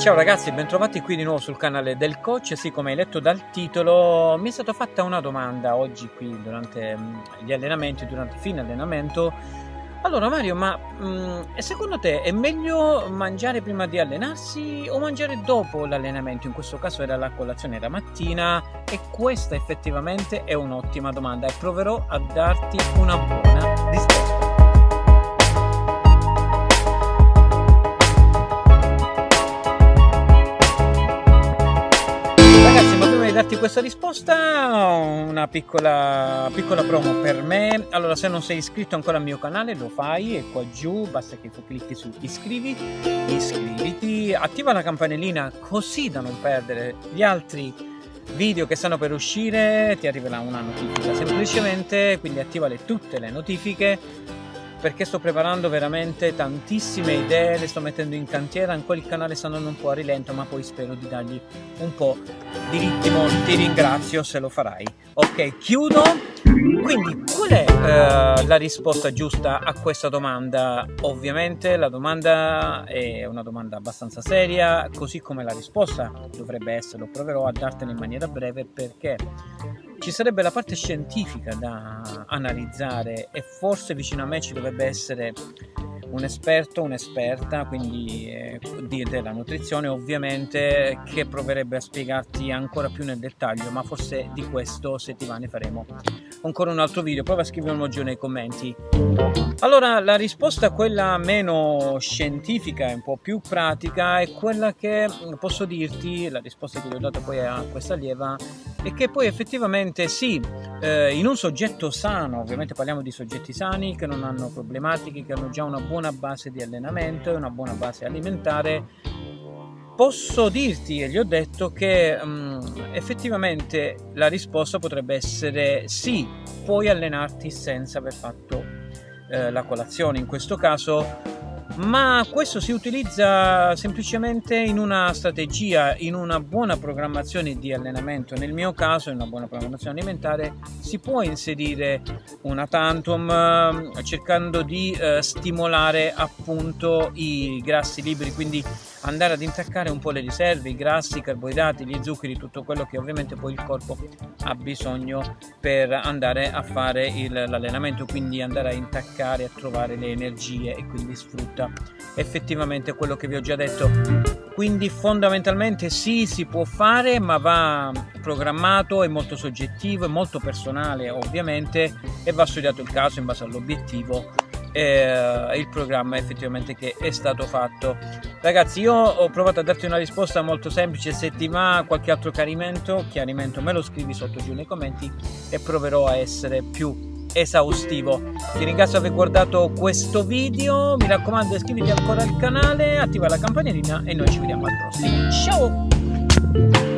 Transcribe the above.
Ciao ragazzi, bentrovati qui di nuovo sul canale del coach. Sì, come hai letto dal titolo, mi è stata fatta una domanda oggi qui durante gli allenamenti, durante il fine allenamento. Allora Mario, ma secondo te è meglio mangiare prima di allenarsi o mangiare dopo l'allenamento? In questo caso era la colazione la mattina, e questa effettivamente è un'ottima domanda e proverò a darti una buona risposta. Darti questa risposta, una piccola promo per me. Allora, se non sei iscritto ancora al mio canale, lo fai, è qua giù, basta che tu clicchi su iscriviti, attiva la campanellina così da non perdere gli altri video che stanno per uscire, ti arriverà una notifica semplicemente, quindi attivale tutte le notifiche, perché sto preparando veramente tantissime idee, le sto mettendo in cantiere. Ancora il canale sta andando un po' a rilento, ma poi spero di dargli un po' di ritmo. Ti ringrazio se lo farai. Ok, chiudo. Quindi qual è la risposta giusta a questa domanda? Ovviamente la domanda è una domanda abbastanza seria, così come la risposta dovrebbe esserlo. Proverò a dartela in maniera breve, perché ci sarebbe la parte scientifica da analizzare e forse vicino a me ci dovrebbe essere un esperto, un'esperta, quindi della nutrizione ovviamente, che proverebbe a spiegarti ancora più nel dettaglio, ma forse di questo settimane faremo ancora un altro video. Prova a scriverlo giù nei commenti. Allora, la risposta, quella meno scientifica e un po' più pratica, è quella che posso dirti, la risposta che gli ho dato poi a questa allieva, è che poi effettivamente sì, in un soggetto sano, ovviamente parliamo di soggetti sani che non hanno problematiche, che hanno già una buona base di allenamento e una buona base alimentare, posso dirti, e gli ho detto, che effettivamente la risposta potrebbe essere sì, puoi allenarti senza aver fatto la colazione in questo caso, ma questo si utilizza semplicemente in una strategia, in una buona programmazione di allenamento. Nel mio caso, in una buona programmazione alimentare, si può inserire una tantum cercando di stimolare appunto i grassi liberi, quindi andare ad intaccare un po' le riserve, i grassi, i carboidrati, gli zuccheri, tutto quello che ovviamente poi il corpo ha bisogno per andare a fare l'allenamento, quindi andare a intaccare, a trovare le energie, e quindi sfrutta effettivamente quello che vi ho già detto. Quindi fondamentalmente sì, si può fare, ma va programmato, è molto soggettivo, è molto personale ovviamente, e va studiato il caso in base all'obiettivo il programma effettivamente che è stato fatto. Ragazzi, io ho provato a darti una risposta molto semplice. Se ti va qualche altro chiarimento me lo scrivi sotto giù nei commenti e proverò a essere più esaustivo. Ti ringrazio per aver guardato questo video, mi raccomando iscriviti ancora al canale, attiva la campanellina e noi ci vediamo al prossimo. Ciao!